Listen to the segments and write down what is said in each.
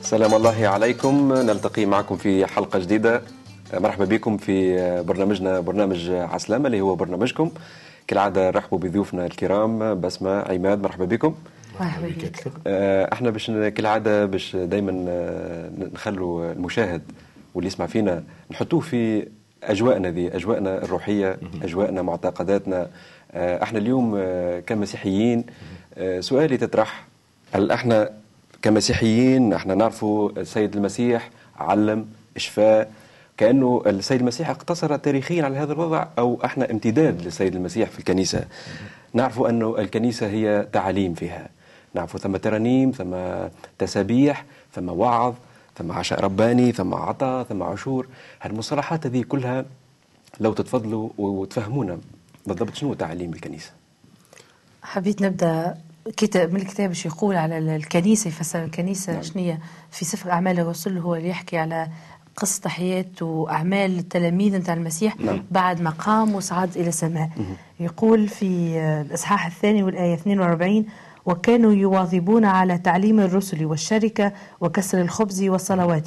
سلام الله عليكم، نلتقي معكم في حلقة جديدة. مرحبا بكم في برنامجنا، برنامج عسلامة اللي هو برنامجكم. كالعادة رحبوا بضيوفنا الكرام بسمة عماد، مرحبا بكم. مرحبا بك. احنا كالعادة دايما نخلوا المشاهد واللي يسمع فينا نحطوه في أجواءنا ذي، أجواءنا الروحية، أجواءنا، معتقداتنا. احنا اليوم كمسيحيين سؤالي تطرح، هل احنا كمسيحيين احنا نعرفوا السيد المسيح علم إشفاء كأنه السيد المسيح اقتصر تاريخيا على هذا الوضع، أو احنا امتداد للسيد المسيح في الكنيسة؟ نعرفوا أنه الكنيسة هي تعاليم فيها، نعرفوا ثم ترانيم، ثم تسابيح، ثم وعظ، ثم عشاء رباني، ثم عطاء، ثم عشور. هالمصطلحات هذه كلها لو تتفضلوا وتفهمونا بالضبط شنو تعاليم الكنيسة. حبيت نبدأ من الكتاب ايش يقول على الكنيسة، يفسر الكنيسة. نعم. شنية في سفر أعمال الرسل هو اللي يحكي على قصة حياة وأعمال التلاميذ نتاع المسيح. نعم. بعد ما قام وصعد إلى السماء. يقول في الإصحاح الثاني والآية 42: وكانوا يواظبون على تعليم الرسل والشركة وكسر الخبز والصلوات.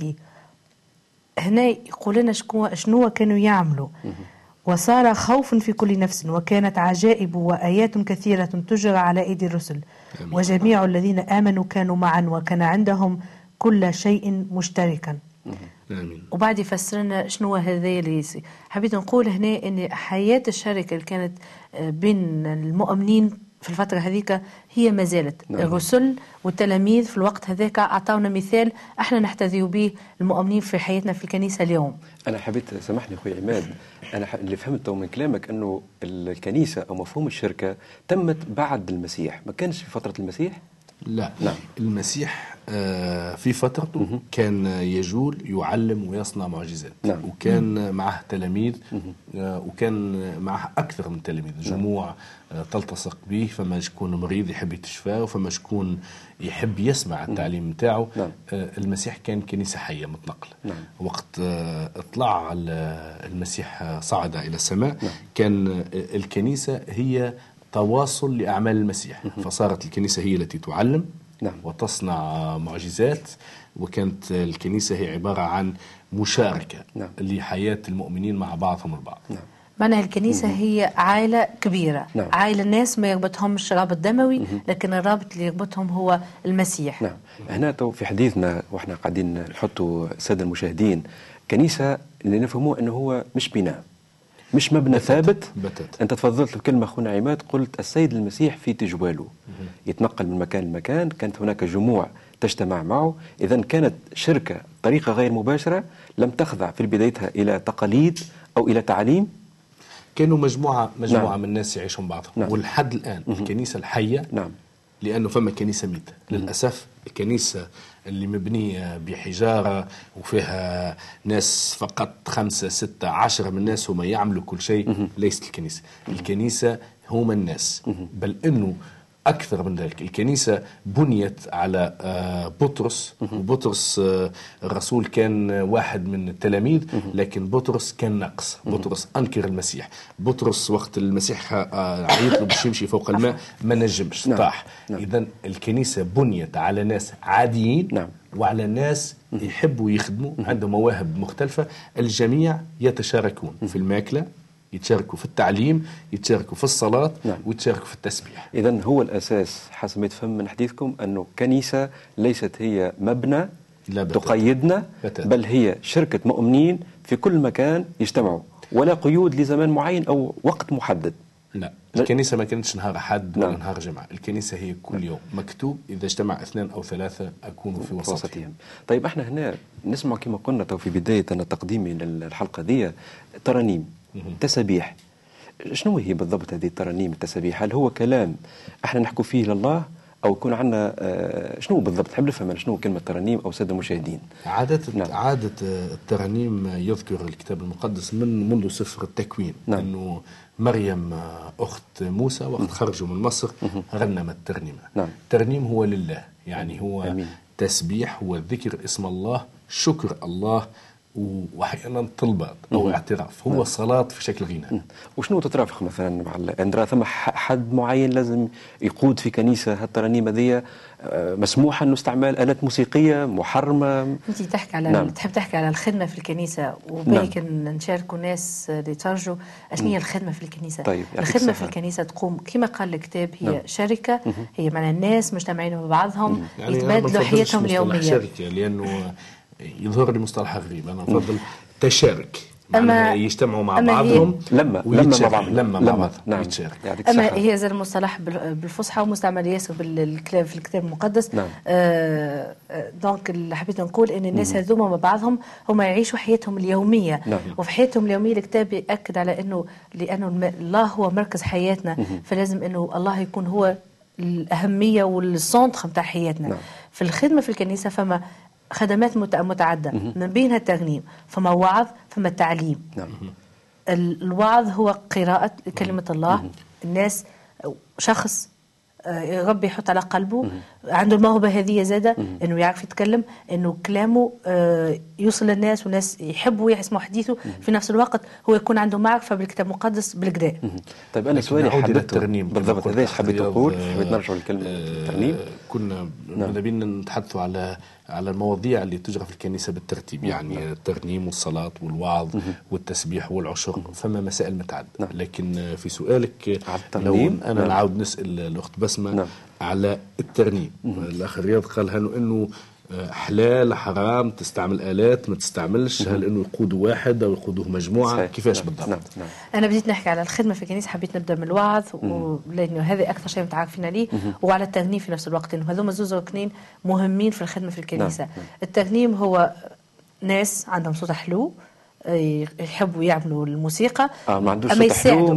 هنا يقول لنا شنو كانوا يعملوا. وصار خوف في كل نفس، وكانت عجائب وآيات كثيرة تجرى على أيدي الرسل. أمين. وجميع الذين آمنوا كانوا معا، وكان عندهم كل شيء مشتركا. آمين. وبعد يفسرنا شنو هذا اللي حبيت نقول هنا ان حياة الشركة اللي كانت بين المؤمنين في الفترة هذيك هي ما زالت. نعم. الرسل والتلاميذ في الوقت هذاك أعطونا مثال احنا نحتذي به المؤمنين في حياتنا في الكنيسة اليوم. أنا حبيت، سامحني أخوي عماد، أنا اللي فهمته من كلامك أنه الكنيسة أو مفهوم الشركة تمت بعد المسيح، ما كانش في فترة المسيح؟ لا. نعم. المسيح في فترته كان يجول يعلم ويصنع معجزات. نعم. وكان معه تلاميذ، وكان معه أكثر من تلاميذ، جموع تلتصق به، فما شكون مريض يحب يتشفى، وفما شكون يحب يسمع التعليم متاعه. نعم. المسيح كان كنيسة حية متنقلة. نعم. وقت اطلع المسيح صعد إلى السماء. نعم. كان الكنيسة هي تواصل لأعمال المسيح، فصارت الكنيسة هي التي تعلم. نعم. وتصنع معجزات، وكانت الكنيسة هي عبارة عن مشاركة. نعم. لحياة المؤمنين مع بعضهم البعض. نعم. معناها الكنيسة هي عائلة كبيرة. نعم. عائلة الناس ما يربطهمش رابط دموي، لكن الرابط اللي يربطهم هو المسيح. نعم. هنا في حديثنا واحنا قاعدين نحطوا السادة المشاهدين، كنيسة اللي نفهموه انه هو مش بناء، مش مبنى ثابت. أنت تفضلت بكلمة أخونا عماد، قلت السيد المسيح في تجواله يتنقل من مكان لمكان، كانت هناك جموع تجتمع معه، إذن كانت شركة طريقة غير مباشرة، لم تخضع في بدايتها إلى تقاليد أو إلى تعليم، كانوا مجموعة نعم. من الناس يعيشون بعضهم. نعم. والحد الآن الكنيسة الحية. نعم. لأنه فما كنيسة ميتة للأسف. الكنيسة اللي مبنية بحجارة وفيها ناس فقط 5 6 10 من الناس هم يعملوا كل شيء، ليست الكنيسة. الكنيسة هم الناس، بل إنه أكثر من ذلك. الكنيسة بنيت على بطرس، وبطرس الرسول كان واحد من التلاميذ، لكن بطرس كان نقص. بطرس أنكر المسيح. بطرس وقت المسيح عيط له باش يمشي فوق الماء ما نجمش، طاح. إذن الكنيسة بنيت على ناس عاديين. نعم. وعلى ناس يحبوا يخدموا، عندهم مواهب مختلفة، الجميع يتشاركون في الماكلة، يتشاركوا في التعليم، يتشاركوا في الصلاة. نعم. ويتشاركوا في التسبيح. إذن هو الأساس حسب ما يتفهم من حديثكم أنه كنيسة ليست هي مبنى تقيدنا، بل هي شركة مؤمنين في كل مكان يجتمعوا، ولا قيود لزمان معين أو وقت محدد. لا، الكنيسة ما كانتش نهار حد ولا نهار جمعة. الكنيسة هي كل يوم، مكتوب إذا اجتمع 2 أو 3 أكونوا في وسطهم. طيب احنا هنا نسمع كما قلنا في بداية تقديمي للحلقة دي ترانيم، تسابيح. شنو هي بالضبط هذه الترانيم التسابيح؟ هل هو كلام احنا نحكوا فيه لله، او يكون عندنا شنو بالضبط؟ حاب نفهم شنو كلمة ترانيم او سادة المشاهدين. عادة الترانيم يذكر الكتاب المقدس منذ سفر التكوين. نعم. انه مريم اخت موسى وقت خرجوا من مصر رنمت ترنيمة. نعم. الترنيم هو لله، يعني هو أمين. تسبيح، هو ذكر اسم الله، شكر الله، واحيانا طلبات او اعتراف، هو الصلاه في شكل غناء. وشنو تترافق مثلا مع اندرا ثم حد معين لازم يقود في كنيسه هالترانيم هذه مسموح انه استعمال الات موسيقيه محرمه؟ انت تحكي على تحب تحكي على الخدمه في الكنيسه، وبالك نشاركوا ناس اللي يترجوا اشنو هي الخدمه في الكنيسه. طيب الخدمه في الكنيسه تقوم كما قال الكتاب، هي شركه، هي معناها الناس مجتمعين مع بعضهم يعني يتبادلوا حياتهم اليوميه. شركه لانه يظهر لي مصطلح غريب، انا نفضل تشارك، معناها يجتمعوا مع بعضهم لما مع بعض نعم. يتشارك. اما هي زي المصطلح بالفصحى ومستعمل ياسر في الكتاب المقدس. نعم. دونك اللي حبيت نقول ان الناس هذوما مع بعضهم هم يعيشوا حياتهم اليوميه. نعم. وفي حياتهم اليوميه الكتاب ياكد على انه لانه الله هو مركز حياتنا، فلازم انه الله يكون هو الاهميه والسونتر نتاع حياتنا. نعم. في الخدمه في الكنيسه فما خدمات متعدة، من بينها الترنيم، فما وعظ، فما تعليم. نعم. الوعظ هو قراءة كلمة الله. الناس شخص ربي يحط على قلبه عنده الموهبة هذه زادة انه يعرف يتكلم، انه كلامه يوصل للناس والناس يحبوا يسمعوا حديثه، في نفس الوقت هو يكون عنده معرفة بالكتاب المقدس بالكدا. طيب انا سؤالي حددته بالضبط هذا حبيت تقول، حبيت نرجع لكلمة الترنيم. كنا ماذا بينا نتحدثوا على المواضيع اللي تجرى في الكنيسة بالترتيب، يعني الترنيم والصلاة والوعظ والتسبيح والعشر، فما مسائل متعددة. لكن في سؤالك لو أنا نعاود نسأل الأخت بسمة على الترنيم. الأخ رياض قال إنه حلال حرام تستعمل آلات ما تستعملش، هل إنه يقودوا واحد أو يقودوه مجموعة؟ صحيح. كيفاش بالضبط؟ نعم. أنا بديت نحكي على الخدمة في الكنيسة، حبيت نبدأ من الوعظ لأنه هذا أكثر شيء متعارفين عليه، وعلى الترنيم في نفس الوقت، لأنه هذوما زوز ركنين مهمين في الخدمة في الكنيسة. الترنيم هو ناس عندهم صوت حلو يحبوا يعملوا الموسيقى، ما عندوش صوت حلو،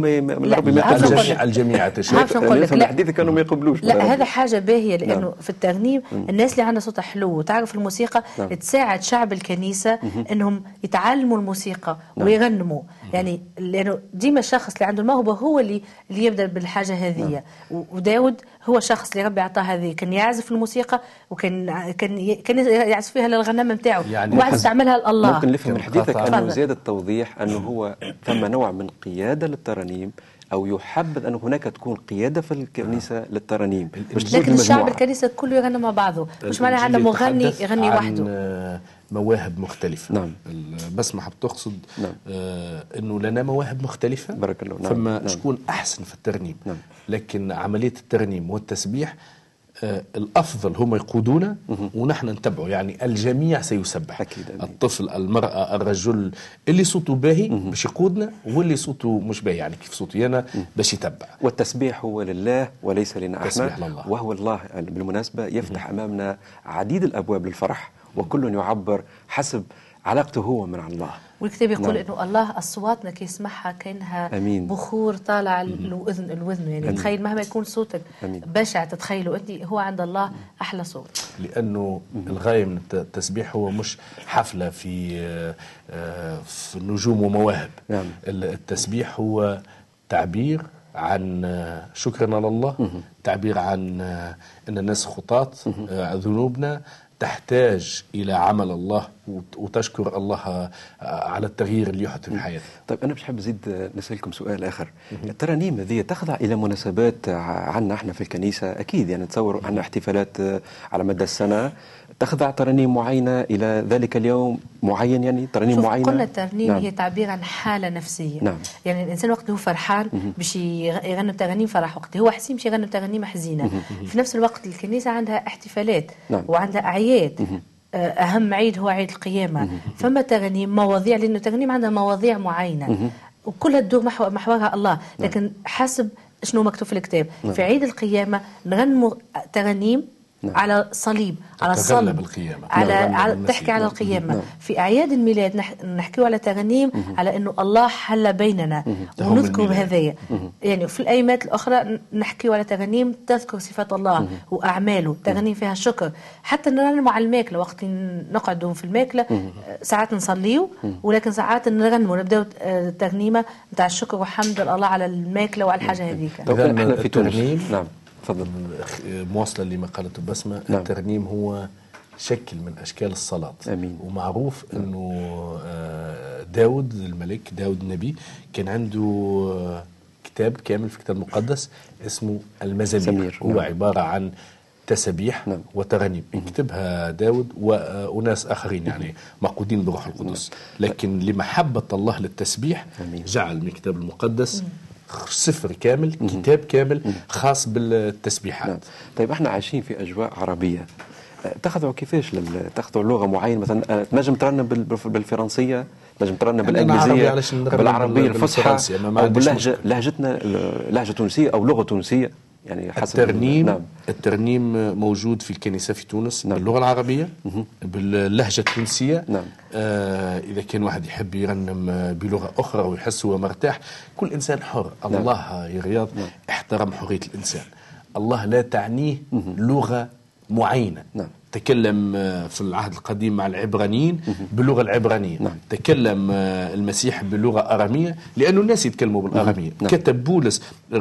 الجميع تشارك. الحديث كانوا ما يقبلوش. لا هذا حاجه باهيه، لانه في الترنيم الناس اللي عندها صوت حلو وتعرف الموسيقى تساعد شعب الكنيسه انهم يتعلموا الموسيقى ويغنموا. يعني لانه ديما الشخص اللي عنده الموهبه هو اللي يبدا بالحاجه هذه. وداود هو الشخص اللي ربي اعطاه هذه، كان يعزف الموسيقى وكان يعزف فيها للغنم نتاعو، يعني وبعد استعملها لله. ممكن نفهم من حديثك انه زياده توضيح انه هو ثم نوع من قياده للترانيم، او يحبذ ان هناك تكون قياده في الكنيسه للترانيم، لكن الشعب الكنيسه كله يغني مع بعضه، مش معناها عندنا مغني يغني وحده. مواهب مختلفه. نعم. بس ما حب تقصد انه لنا مواهب مختلفه. بارك الله. فما شكون احسن في الترنيم. لكن عمليه الترنيم والتسبيح الأفضل هم يقودون ونحن نتبعه، يعني الجميع سيسبح. أكيد. الطفل، المرأة، الرجل، اللي صوته باهي باش يقودنا، واللي صوته مش باهي يعني كيف صوتي أنا باش يتبع. والتسبيح هو لله وليس لنا احنا، وهو الله بالمناسبة يفتح أمامنا عديد الأبواب للفرح، وكل يعبر حسب علاقته هو من الله. والكتاب يقول انه الله اصواتنا كي يسمعها كانها بخور طالع الوذن. يعني تخيل مهما يكون صوتك بشع تتخيله انت، هو عند الله احلى صوت. لانه الغايه من التسبيح هو مش حفله في نجوم ومواهب. التسبيح هو تعبير عن شكرنا لله، تعبير عن ان الناس خطاة، ذنوبنا تحتاج إلى عمل الله، وتشكر الله على التغيير اللي يحدث في حياتك. طيب أنا مش حاب أزيد نسألكم سؤال آخر. الترانيم هذه تخضع إلى مناسبات عنا احنا في الكنيسة أكيد، يعني تصور عنا احتفالات على مدى السنة تخضع ترانيم معينة إلى ذلك اليوم معين، يعني ترانيم معينة. قلنا الترنيم هي تعبير عن حالة نفسية. يعني الإنسان وقت هو فرحان باش يغني ترانيم فرح، وقت هو حزين باش يغني ترانيم حزينة. في نفس الوقت الكنيسة عندها احتفالات وعندها أعياد. أهم عيد هو عيد القيامة. فما ترانيم مواضيع، لأنه الترانيم عندها مواضيع معينة وكلها تدور محورها الله، لكن حسب شنو مكتوب في الكتاب. في عيد القيامة نغنموا ترانيم على صليب، على الصلب، على تحكي على القيامة. في أعياد الميلاد نحكيو على ترانيم على أنه الله حل بيننا ونذكر بهذايا. يعني في الأيامات الأخرى نحكيو على ترانيم تذكر صفات الله وأعماله، ترانيم فيها شكر. حتى نرنموا على الماكلة، وقت نقعدوا في الماكلة ساعات نصليو، ولكن ساعات نرنموا نبداو ترنيمة نتاع الشكر وحمد الله على الماكلة وعلى الحاجة هذيك. احنا في تونس. نعم. تفضل. مواصلة لما قالته بسمة. الترنيم هو شكل من أشكال الصلاة. أمين. ومعروف أنه داود الملك، داود النبي، كان عنده كتاب كامل في الكتاب المقدس اسمه المزامير. هو عبارة عن تسبيح وترانيم يكتبها داود وناس آخرين يعني مقودين بروح القدس. لكن لمحبة الله للتسبيح جعل من الكتاب المقدس سفر كامل، كتاب كامل خاص بالتسبيحات. طيب احنا عايشين في أجواء عربية، تخضعوا كيفاش تخضعوا لغة معينة؟ مثلا تنجم ترنم بالفرنسية، تنجم ترنم بالإنجليزية، بالعربية الفصحى، أو لهجتنا لهجة تونسية أو لغة تونسية، يعني حسب الترنيم. الترنيم موجود في الكنيسة في تونس باللغة العربية باللهجة التونسية. إذا كان واحد يحب يرنم بلغة أخرى ويحس هو مرتاح، كل إنسان حر. الله يا رياض احترم حرية الإنسان. الله لا تعنيه لغة معينة. تكلم في العهد القديم مع العبرانيين باللغة العبرانية. تكلم المسيح باللغة الأرامية لأنه الناس يتكلموا بالأرامية. كتب بولس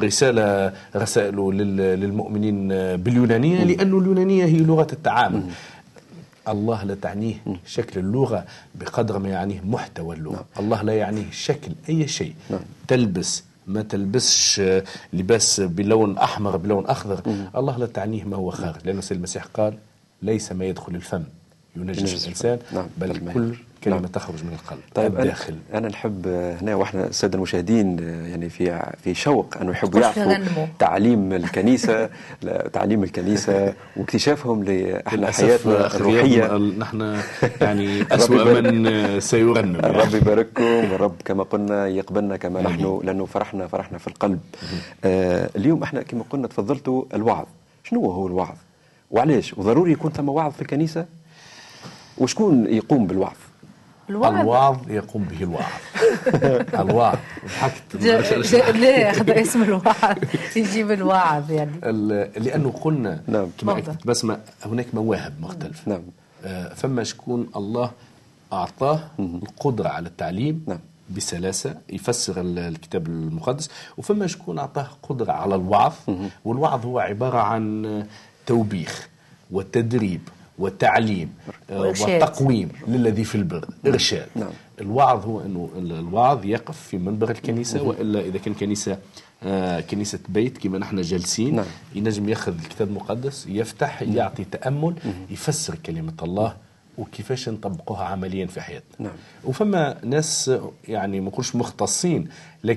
رسائله للمؤمنين باليونانية لأنه اليونانية هي لغة التعامل. الله لا تعنيه شكل اللغة بقدر ما يعنيه محتوى اللغة. الله لا يعنيه شكل أي شيء. تلبس ما تلبسش لباس بلون أحمر بلون أخضر، الله لا تعنيه ما هو خارج، لأنه سيد المسيح قال ليس ما يدخل الفم ينجس الإنسان بل كل كلمة تخرج من القلب. طيب الداخل. أنا نحب هنا وإحنا السادة المشاهدين يعني في شوق أنه يحبوا يعرفوا تعليم الكنيسة تعليم الكنيسة واكتشافهم لإحنا حياتنا الروحية. نحن يعني أسوأ من سيرنم. الرب يبارككم، والرب كما قلنا يقبلنا كما نحن، لأنه فرحنا في القلب. اليوم إحنا كما قلنا تفضلتوا الوعظ. شنو هو الوعظ وعليش؟ وضروري يكون ثم وعظ في الكنيسة؟ وشكون يقوم بالوعظ؟ الوعظ يقوم به الوعظ. الوعظ ليه أخذ اسم الوعظ يجيب الوعظ يعني؟ لأنه قلنا كما أكدت بسمة هناك مواهب مختلفة. فما شكون الله أعطاه القدرة على التعليم بسلاسة يفسر الكتاب المقدس، وفما شكون أعطاه قدرة على الوعظ. والوعظ هو عبارة عن توبيخ وتدريب وتعليم وتقويم للذي في البر، إرشاد. الوعظ هو أنه الوعظ يقف في منبر الكنيسة، وإلا إذا كان كنيسة بيت كما نحن جالسين ينجم يأخذ الكتاب المقدس يفتح يعطي تأمل يفسر كلمة الله وكيفاش نطبقوها عمليا في حياتنا. وفما ناس يعني ما نقولش مختصين،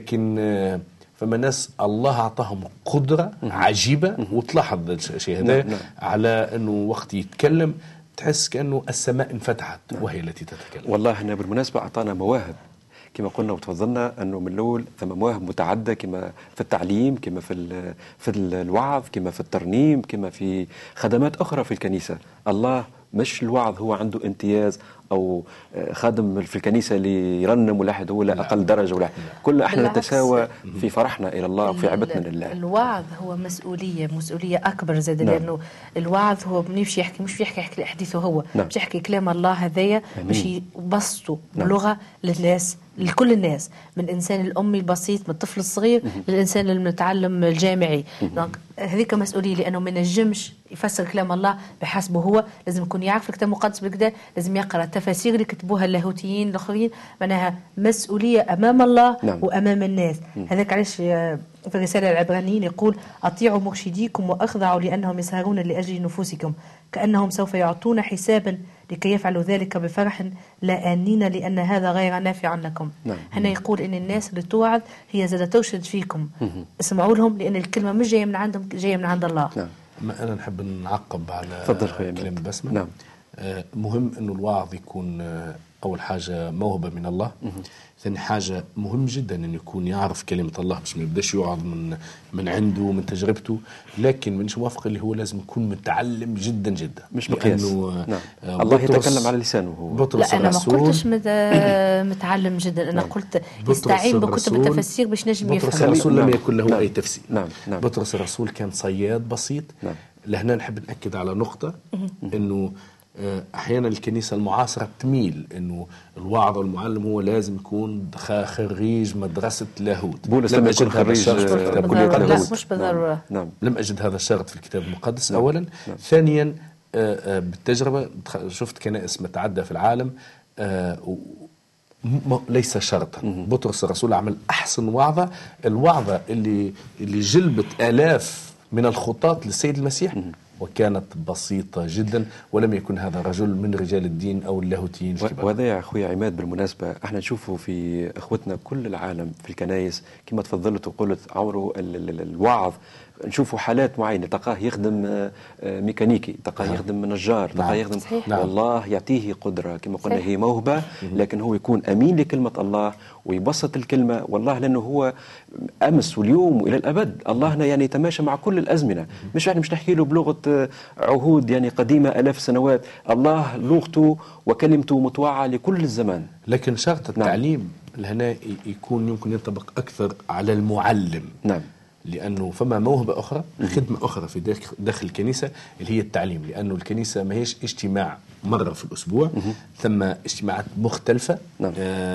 لكن فما ناس الله أعطاهم قدرة عجيبة. وتلاحظ الشيء هذا على أنه وقت يتكلم تحس كأنه السماء انفتحت وهي التي تتكلم. والله هنا بالمناسبة أعطانا مواهب كما قلنا وتفضلنا أنه من الأول ثم مواهب متعددة، كما في التعليم، كما في الوعظ، كما في الترنيم، كما في خدمات أخرى في الكنيسة. الله مش الوعظ هو عنده امتياز أو خادم في الكنيسة اللي يرنم ولا هو لا أقل درجة ولا كل احنا نتساوى في فرحنا إلى الله وفي عبادتنا لله. الوعظ هو مسؤولية أكبر زاد. لأنه الوعظ هو مش يحكي أحاديثه هو مش يحكي كلام الله هذايا باش يبسطوا بلغة للناس، لكل الناس، من الإنسان الأمي البسيط، من الطفل الصغير للإنسان المتعلم الجامعي. هذيك مسؤولية، لأنه ما نجمش يفسر كلام الله بحسبه هو، لازم يكون يعرف الكتاب المقدس بالكدا، لازم يقرأ التفاسير اللي كتبوها اللاهوتيين الآخرين. معناها مسؤولية أمام الله وأمام الناس. هذاك علاش في الرسالة العبرانيين يقول أطيعوا مرشديكم وأخضعوا لأنهم يسهرون لأجل نفوسكم كأنهم سوف يعطون حسابا لكي يفعلوا ذلك بفرح لا آنين لأن هذا غير نافع لكم. هنا يقول إن الناس اللي توعظ هي زادة ترشد فيكم، اسمعوا لهم لأن الكلمة مش جاية من عندهم، جاية من عند الله. ما أنا نحب نعقب على كلام بسمة. مهم أنه الوعظ يكون أول حاجة موهبة من الله. ثاني حاجة مهم جدا أن يكون يعرف كلمة الله باش ما يبداش يوعظ من عنده ومن تجربته، لكن مش موافق اللي هو لازم يكون متعلم جدا جدا، مش مقياس. الله يتكلم على لسانه هو. لا أنا ما قلتش متعلم جدا، أنا قلت يستعين بكتب التفسير باش نجم يفهم. بطرس الرسول لم يكن له أي تفسير. بطرس الرسول كان صياد بسيط. لهنا نحب نأكد على نقطة أنه أحيانا الكنيسة المعاصرة تميل أنه الواعظ والمعلم هو لازم يكون خريج مدرسة لاهوت. بولس لم يكن خريج لا مش بالضرورة. لم أجد هذا الشرط في الكتاب المقدس أولا. ثانيا بالتجربة شفت كنائس متعدة في العالم ليس شرطا. بطرس الرسول عمل أحسن وعظة، الوعظة اللي جلبت آلاف من الخطاة للسيد المسيح، وكانت بسيطة جدا، ولم يكن هذا رجل من رجال الدين أو اللاهوتيين الكبار. وهذا يا أخوي عماد بالمناسبة احنا نشوفه في أخوتنا كل العالم في الكنائس كما تفضلت وقلت عمره الوعظ، نشوفوا حالات معينة تلقاه يخدم ميكانيكي، تلقاه يخدم نجار، تلقاه يخدم والله يعطيه قدرة كما قلنا هي موهبة، لكن هو يكون أمين لكلمة الله ويبسط الكلمة والله، لأنه هو أمس واليوم وإلى الأبد. الله هنا يعني يتماشى مع كل الأزمنة، مش يعني مش نحكي له بلغة عهود يعني قديمة آلاف السنوات، الله لغته وكلمته متوعة لكل الزمان. لكن شرط التعليم هنا يكون يمكن ينطبق أكثر على المعلم. نعم. لأنه فما موهبة أخرى، خدمة أخرى في داخل الكنيسة اللي هي التعليم، لأنه الكنيسة ما هيش اجتماع مرة في الأسبوع، ثم اجتماعات مختلفة. نعم.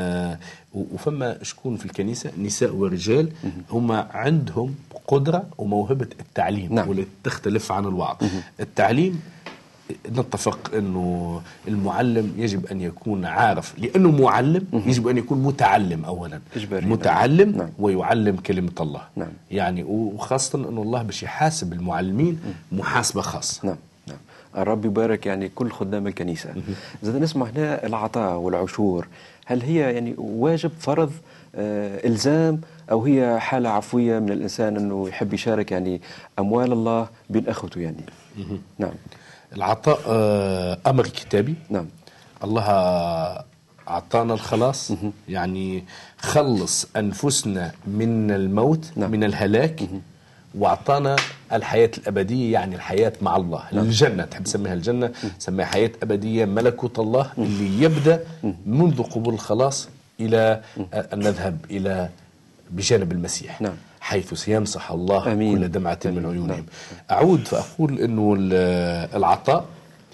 وفما شكون في الكنيسة نساء ورجال هم عندهم قدرة وموهبة التعليم. نعم. واللي تختلف عن الوعظ. التعليم نتفق أنه المعلم يجب أن يكون عارف، لأنه معلم يجب أن يكون متعلم أولا، متعلم. نعم. ويعلم كلمة الله. نعم. يعني وخاصة أنه الله باش يحاسب المعلمين محاسبة خاصة. نعم. نعم. الرب يبارك يعني كل خدام الكنيسة. زاد نسمع هنا العطاء والعشور، هل هي يعني واجب فرض إلزام أو هي حالة عفوية من الإنسان أنه يحب يشارك يعني أموال الله بين أخوته يعني؟ نعم. العطاء أمر كتابي. نعم. الله أعطانا الخلاص، يعني خلص أنفسنا من الموت. نعم. من الهلاك. وأعطانا الحياة الأبدية، يعني الحياة مع الله. نعم. الجنة تحب تسميها الجنة، سميها حياة أبدية، ملكوت الله اللي يبدأ منذ قبول الخلاص إلى أن نذهب إلى بجانب المسيح. نعم. حيث سيمسح الله أمين. كل دمعة من عيونهم. نعم. أعود فأقول أنه العطاء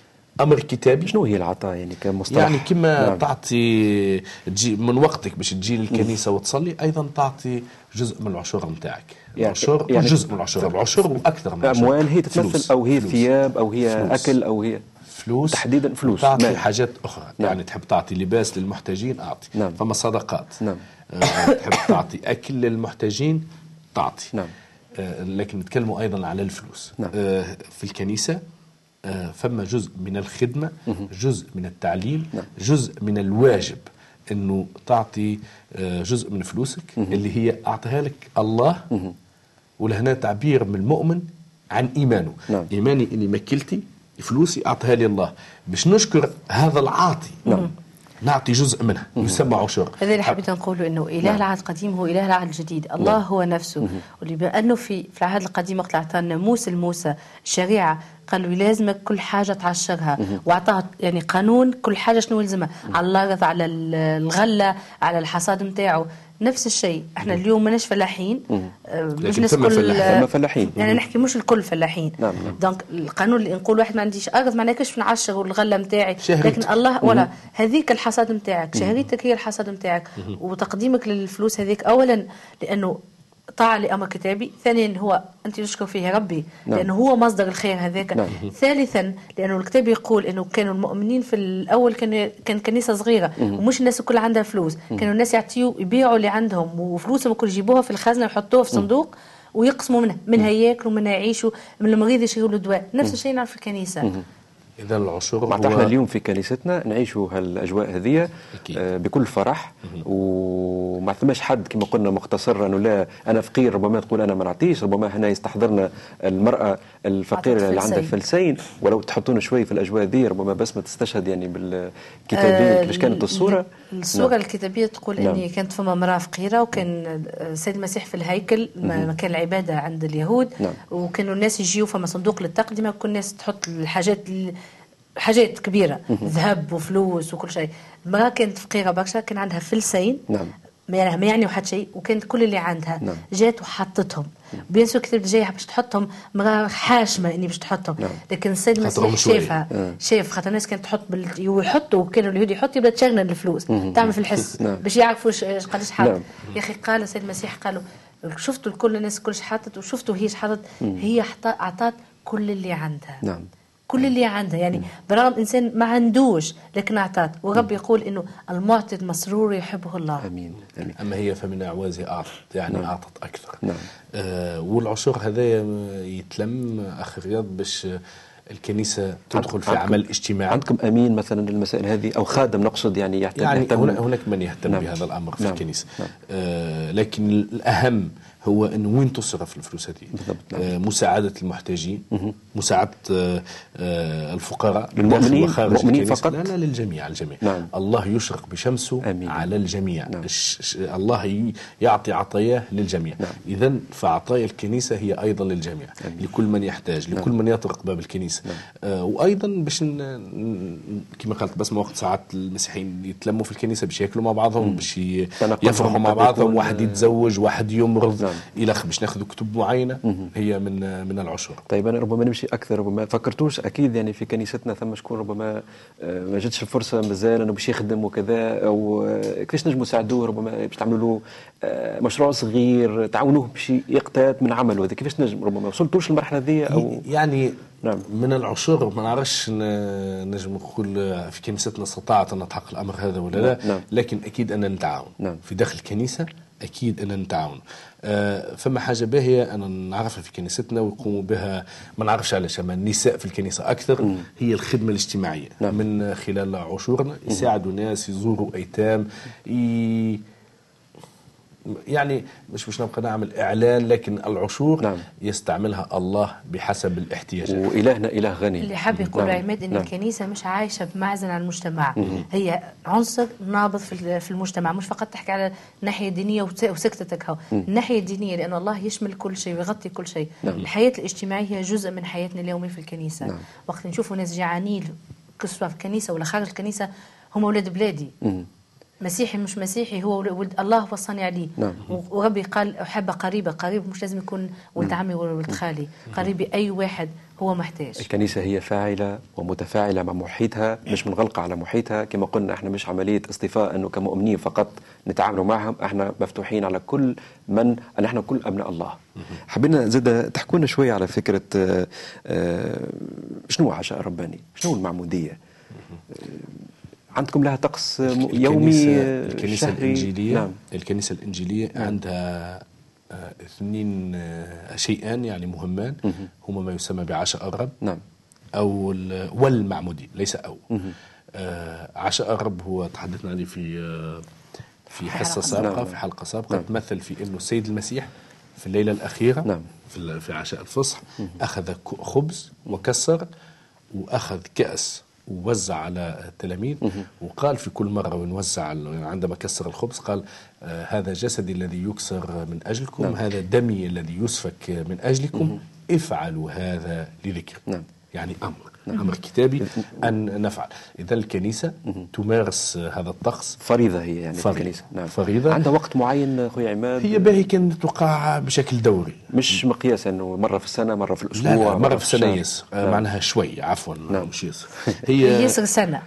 أمر كتابي. شنو هي العطاء يعني كمصطلح؟ يعني كما نعم. تعطي تجي من وقتك باش تجي للكنيسة وتصلي، أيضا تعطي جزء من العشور نتاعك. العشور يعني جزء من العشور، العشور وأكثر من العشور. أموال هي تتمثل فلوس. أو هي ثياب أو هي فلوس. أكل أو هي فلوس، تحديدا فلوس. تعطي حاجات أخرى. نعم. يعني تحب تعطي لباس للمحتاجين أعطي. نعم. فما صدقات. نعم. تحب تعطي أكل للمحتاجين تعطي. نعم. لكن نتكلموا أيضا على الفلوس. نعم. في الكنيسة فما جزء من الخدمة، جزء من التعليم. نعم. جزء من الواجب أنه تعطي جزء من فلوسك اللي هي أعطيها لك الله. ولهنا تعبير من المؤمن عن إيمانه. نعم. إيماني إني مكلتي فلوسي أعطيها لي الله، باش نشكر هذا العاطي. نعم. نعطي جزء منها يسمى عشور. هذا اللي حبيت نقوله، انه اله العهد القديم هو اله العهد الجديد. الله هو نفسه. ولانه في العهد القديم وقت اعطى الناموس لموسى الشريعه، قال له يلازمك كل حاجه تعشرها، واعطاه يعني قانون كل حاجه شنو يلزمها، على الارض، على الغله، على الحصاد نتاعو. نفس الشيء احنا اليوم ماناش فلاحين، مش ناس كل فلاحين يعني نحكي مش الكل فلاحين. نعم. دونك القانون اللي نقول واحد ما عنديش ارض ما ناكلش نعشر والغله نتاعي، لكن الله ولا هذيك الحصاد نتاعك، شهريتك هي الحصاد نتاعك. وتقديمك للفلوس هذيك اولا لانه طاعة لأمر كتابي، ثانيا هو أنت تشكر فيه ربي. نعم. لأنه هو مصدر الخير هذاك. نعم. ثالثا لأنه الكتاب يقول أنه كانوا المؤمنين في الأول كان كنيسة صغيرة ومش الناس كل عندها فلوس، كانوا الناس يبيعوا اللي عندهم وفلوسهم كل يجيبوها في الخزنة ويحطوها في صندوق ويقسموا منها ياكلوا، منها يعيشوا، من المريض يشيروا له دواء. نفس الشيء نعرف في الكنيسة. إذا العشور احنا اليوم في كنيستنا نعيشوا هالاجواء هذه بكل فرح، وما ثماش حد كما قلنا مختصر انه لا انا فقير، ربما تقول انا ما نعطيش، ربما هنا يستحضرنا المراه الفقيره اللي عندها فلسين، ولو تحطونا شوي في الاجواء دي ربما بس ما تستشهد يعني بالكتابيه كيفاش كانت الصوره. الصوره الكتابيه تقول اني كانت فما امراه فقيره، وكان السيد المسيح في الهيكل مكان العباده عند اليهود. وكانوا الناس يجيوا فما صندوق للتقدمه، وكل الناس تحط الحاجات حاجات كبيرة، ذهب وفلوس وكل شيء. المرأة كانت فقيرة برشا، كان عندها فلسين. نعم. ما يعني واحد شيء، وكانت كل اللي عندها. نعم. جات وحطتهم. بيان سور كتب جايه باش تحطهم، مرأة حاشمة اني باش تحطهم. نعم. لكن السيد المسيح شافها، شاف خاطر الناس كانت تحط ويحطوا، كانوا اليهود يحطوا يبدا تشغل الفلوس تعمل في الحس. نعم. باش يعرفوا قداش حاط. نعم. يا اخي قال السيد المسيح قالوا شفتوا الكل الناس كلش حاطت، وشفتوا هي حاطت، هي اعطت كل اللي عندها. نعم. كل اللي عنده، يعني برغم إنسان ما عندوش لكن أعطت، ورب يقول إنه المعطي المسرور يحبه الله. امين امين. اما هي فمن اعوازها اعطت، يعني نعم. اعطت اكثر. نعم. والعشور هذايا يتلم اخ رياض باش الكنيسه تدخل في عمل اجتماعي. عندكم امين مثلا المسائل هذه او خادم نقصد يعني يهتم هناك من يهتم نعم. بهذا الامر في نعم. الكنيسه. نعم. لكن الاهم هو انه وين تصرف الفلوس هذه. نعم. مساعده المحتاجين، مساعده الفقراء للمؤمنين فقط؟ لا للجميع، الجميع. نعم. الله يشرق بشمسه أمين. على الجميع. نعم. الله يعطي عطاياه للجميع. نعم. اذا فعطايا الكنيسه هي ايضا للجميع. أمين. لكل من يحتاج، لكل من يطرق باب الكنيسه. وايضا باش كما قالت بس وقت ساعات المسيحيين يتلموا في الكنيسه باش ياكلوا مع بعضهم، باش يفرحوا مع بعضهم، واحد يتزوج، واحد يمرض. نعم. الى باش ناخذ كتب معينه هي من العشور. طيب انا ربما نمشي اكثر، ربما فكرتوش اكيد يعني في كنيستنا ثم شكون ربما ما جاتش الفرصه مازال انه باش يخدم وكذا، او كيفاش نجموا نساعدوه، ربما باش تعملوا له مشروع صغير تعاونوه باش يقتات من عمله هذا، كيفاش نجم ربما ما وصلتوش للمرحله ذي او يعني نعم. من العشور ما نعرفش نجم نقول في كنيستنا استطاعت ان تحقق الامر هذا ولا لا. نعم. لكن اكيد ان نتعاون. نعم. في داخل الكنيسه اكيد ان نتعاون. فما حاجه باهيه انا نعرفها في كنيستنا ويقوموا بها، ما نعرفش علاش، اما النساء في الكنيسه اكثر. هي الخدمه الاجتماعيه. نعم. من خلال عشورنا يساعدوا ناس، يزوروا ايتام، يعني مش نبقى نعمل إعلان، لكن العشور نعم. يستعملها الله بحسب الاحتياجات. وإلهنا إله غني. اللي حاب يقول نعم. عماد إن نعم. الكنيسة مش عايشة بمعزل عن المجتمع، هي عنصر نابض في المجتمع، مش فقط تحكي على الناحية الدينية وسكتتك هو الناحية الدينية، لأن الله يشمل كل شيء ويغطي كل شيء. نعم. الحياة الاجتماعية هي جزء من حياتنا اليومية في الكنيسة. نعم. وقت نشوفوا ناس جعانين سواء في الكنيسة ولا خارج الكنيسة، هم أولاد بلادي. مسيحي مش مسيحي، هو ولد الله وصاني عليه. نعم. وربي قال أحب قريبة، قريب مش لازم يكون ولد عمي ولا ولد خالي، قريبي أي واحد هو محتاج. الكنيسة هي فاعلة ومتفاعلة مع محيطها، مش منغلقة على محيطها. كما قلنا احنا مش عملية اصطفاء انه كمؤمنين فقط نتعاملوا معهم، احنا مفتوحين على كل من، ان احنا كل ابناء الله. حبينا زاد تحكونا شوية على فكرة شنو عشاء رباني، شنو المعمودية؟ عندكم لها طقس يومي الكنيسة الإنجيلية. نعم. الكنيسة الإنجيلية عندها اثنين شيئان يعني مهمان، هما ما يسمى بعشاء الرب. نعم. أو والمعمودية، ليس أو. عشاء الرب هو تحدثنا عليه في حصة سابقة. نعم. في حلقة سابقة. نعم. تمثل في أنه السيد المسيح في الليلة الأخيرة. نعم. في عشاء الفصح أخذ خبز وكسر، وأخذ كأس ووزع على التلاميذ، وقال في كل مرة ونوزع عندما كسر الخبز قال هذا جسدي الذي يكسر من أجلكم. نعم. هذا دمي الذي يسفك من أجلكم. افعلوا هذا لذكر. نعم. يعني أمر كتابي أن نفعل. إذا الكنيسة تمارس هذا الطقس، فريضة هي يعني فريضة. الكنيسة. نعم. فريضة. عندها وقت معين خويا عماد؟ هي باهي كانت توقع بشكل دوري، مش مقياس انه مرة في السنة، مرة في الأسبوع. لا مرة في السنة ياسر. معناها شوي، عفوا. نعم. مش ياسر. هي ياسر سنة.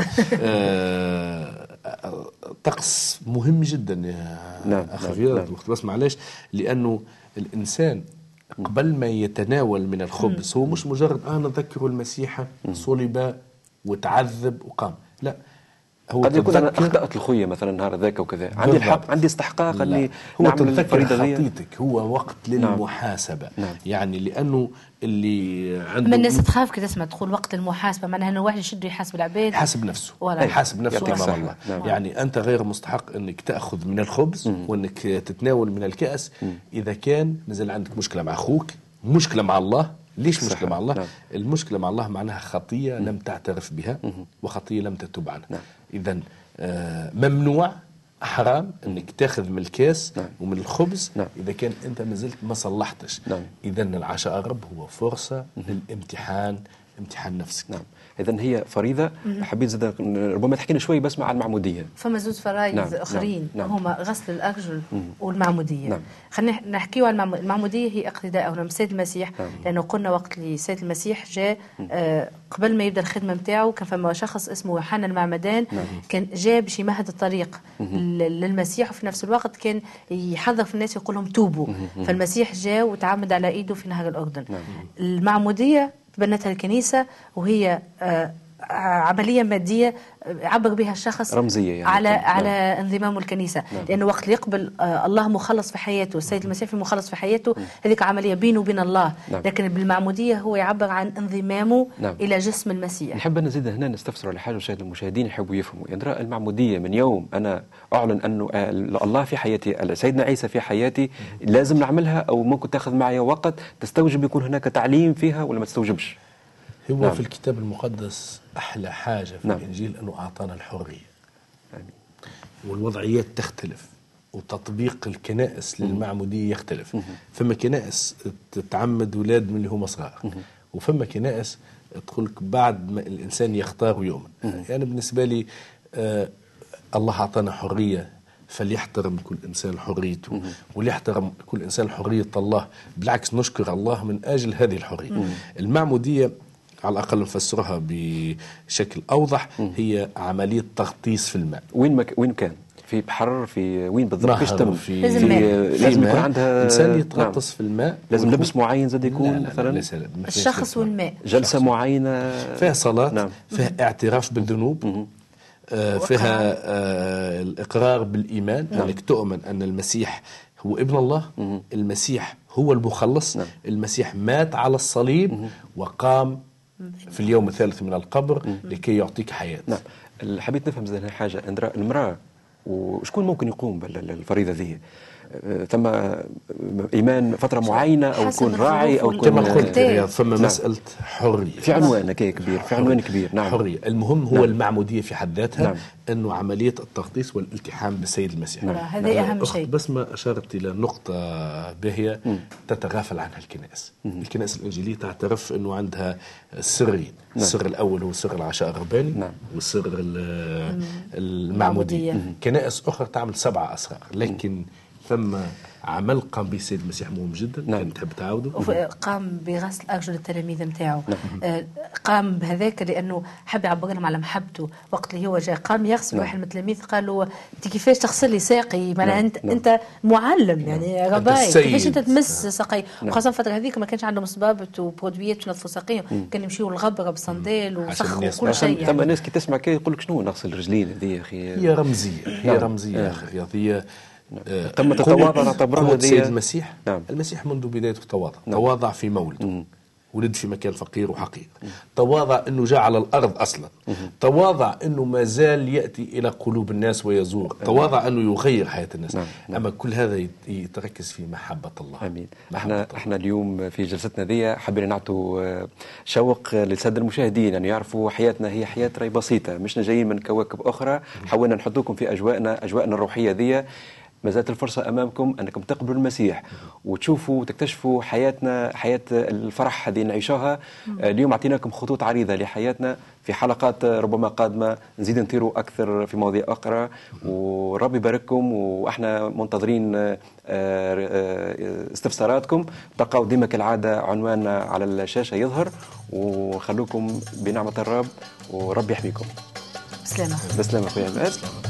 طقس مهم جدا يا أخي رياض. بس معلش، لأنه الإنسان قبل ما يتناول من الخبز هو مش مجرد نذكر المسيح صلب وتعذب وقام، لا، هو قد يكون أنا أخطأت الخوية مثلا النهار ذاك وكذا، عندي الحق، عندي استحقاق أني هو نعمل الفريضة دي. خطيتك هو وقت للمحاسبة. نعم. يعني لأنه اللي عنده من الناس تخاف كي تسمع تقول وقت المحاسبة، معناها أنه واحد يشد يحاسب العباد، يحاسب نفسه، يحاسب نفسه أمام الله. نعم. يعني أنت غير مستحق أنك تأخذ من الخبز وأنك تتناول من الكأس إذا كان نزل عندك مشكلة مع أخوك، مشكلة مع الله. ليش مشكلة مع الله؟ نعم. المشكلة مع الله معناها خطية لم تعترف بها وخطية لم تتوب عنها. نعم. إذن ممنوع، حرام انك تاخذ من الكاس. نعم. ومن الخبز. نعم. اذا كان انت ما زلت ما صلحتش. نعم. اذا العشاء الرب هو فرصه للامتحان، امتحان نفسك. نعم. إذن هي فريضة. حبيت زاد ربما تحكينا شوي بس مع المعمودية. فما زوج فرايض. نعم. آخرين. نعم. هما غسل الأرجل والمعمودية. نعم. خلينا نحكيوا على المعمودية. هي اقتداء أو سيد المسيح. نعم. لأنه قلنا وقت اللي سيد المسيح جاء قبل ما يبدأ الخدمة متاعه كان فما شخص اسمه يوحنا المعمدان. نعم. كان جاء باش يمهد الطريق للمسيح، وفي نفس الوقت كان يحذر في الناس يقول لهم توبوا. فالمسيح جاء وتعمد على إيده في نهر الأردن. نعم. المعمودية تبنتها الكنيسة، وهي عملية مادية عبر بها الشخص رمزية يعني على انضمامه الكنيسة. لأنه وقت اللي يقبل الله مخلص في حياته، السيد المسيح في مخلص في حياته، هذيك عملية بينه وبين الله. لكن بالمعمودية هو يعبر عن انضمامه إلى جسم المسيح. نحب نزيد هنا نستفسر على حاجة المشاهدين يحبوا يفهموا. يعني المعمودية من يوم أنا أعلن أنه الله في حياتي، سيدنا عيسى في حياتي، لازم نعملها أو ممكن تأخذ معي وقت تستوجب يكون هناك تعليم فيها ولا ما تستوجبش؟ هو في الكتاب المقدس أحلى حاجة في الإنجيل أنه أعطانا الحرية. آمين. والوضعيات تختلف، وتطبيق الكنائس للمعمودية يختلف. فما كنائس تتعمد ولاد من اللي هم صغار، وفما كنائس تقول لك بعد ما الإنسان يختار ويؤمن. يعني بالنسبة لي الله أعطانا حرية، فليحترم كل إنسان حريته، وليحترم كل إنسان حرية الله. بالعكس نشكر الله من أجل هذه الحرية. المعمودية على الأقل نفسرها بشكل أوضح، هي عملية تغطيس في الماء. وين كان؟ في بحر، في وين بالضبط؟ كيف تم؟ لازم يكون عندها إنسان يتغطس في الماء. لازم لبس معين زاد يكون مثلا الشخص والماء، جلسة معينة فيها صلاة، فيها اعتراف بالذنوب، فيها الإقرار بالإيمان، أنك تؤمن أن المسيح هو ابن الله، المسيح هو المخلص، المسيح مات على الصليب وقام في اليوم الثالث من القبر لكي يعطيك حياة. حبيت نفهم زي حاجة، المرأة وشكون ممكن يقوم بالفريضة ذي؟ ثم إيمان فترة معينة أو يكون راعي أو كما قلت رياض، ثم مسألة حرية في عنوان كبير، في عنوان كبير. حرية. المهم هو المعمودية في حد ذاتها، أنه عملية التغطيس والالتحام بالسيد المسيح. هذا أهم شيء. بس ما أشارت إلى نقطة باهية تتغافل عنها الكنائس. الكنائس الإنجيلية تعترف أنه عندها سرين. السر الأول هو سر العشاء الرباني، والسر المعمودية. كنائس أخرى تعمل 7 أسرار، لكن ثم عمل قام به السيد المسيح مهم جدا. كان تحب تعاوده؟ قام بغسل أرجل التلاميذ نتاعو. قام بهذاك لأنه حب يعبر لهم على محبته. وقت اللي هو جاء قام يغسل واحد من التلاميذ، قالوا انت كيفاش تغسل لي ساقي؟ معناها انت معلم يعني رباي، كيفاش انت تمس ساقي؟ وخاصة الفترة هذيك ما كانش عندهم صبابط وبرودويات باش ينظفوا ساقيهم، كانوا يمشيوا الغبرة بصندال وسخ وكل شيء. يعني ثم الناس كي تسمع كي يقول لك شنو نغسل رجلين هذه يا اخي؟ هي رمزية، هي رمزية يا اخي رياضية. تم تتواضع نعتبرها السيد المسيح. المسيح منذ بدايته تواضع في مولده، ولد في مكان فقير وحقير. تواضع أنه جاء على الأرض أصلا. تواضع أنه ما زال يأتي إلى قلوب الناس ويزور. تواضع أنه يغير حياة الناس. أما كل هذا يتركز في محبة الله. آمين. احنا اليوم في جلستنا ذي حابين نعطوا شوق للسادة المشاهدين أن يعرفوا حياتنا هي حياة راي بسيطة، مش جايين من كواكب أخرى. حاولنا نحطوكم في أجواءنا الروحية ذي. ما زالت الفرصة أمامكم أنكم تقبلوا المسيح وتشوفوا وتكتشفوا حياتنا، حياة الفرح هذه نعيشها. اليوم أعطيناكم خطوط عريضة لحياتنا. في حلقات ربما قادمة نزيد نطيروا أكثر في مواضيع أخرى، وربي يبارككم. وإحنا منتظرين استفساراتكم. تلقاو ديما كالعادة عنواننا على الشاشة يظهر، وخلوكم بنعمة الرب ورب يحميكم. بسلامة. بسلامة أخويا عماد.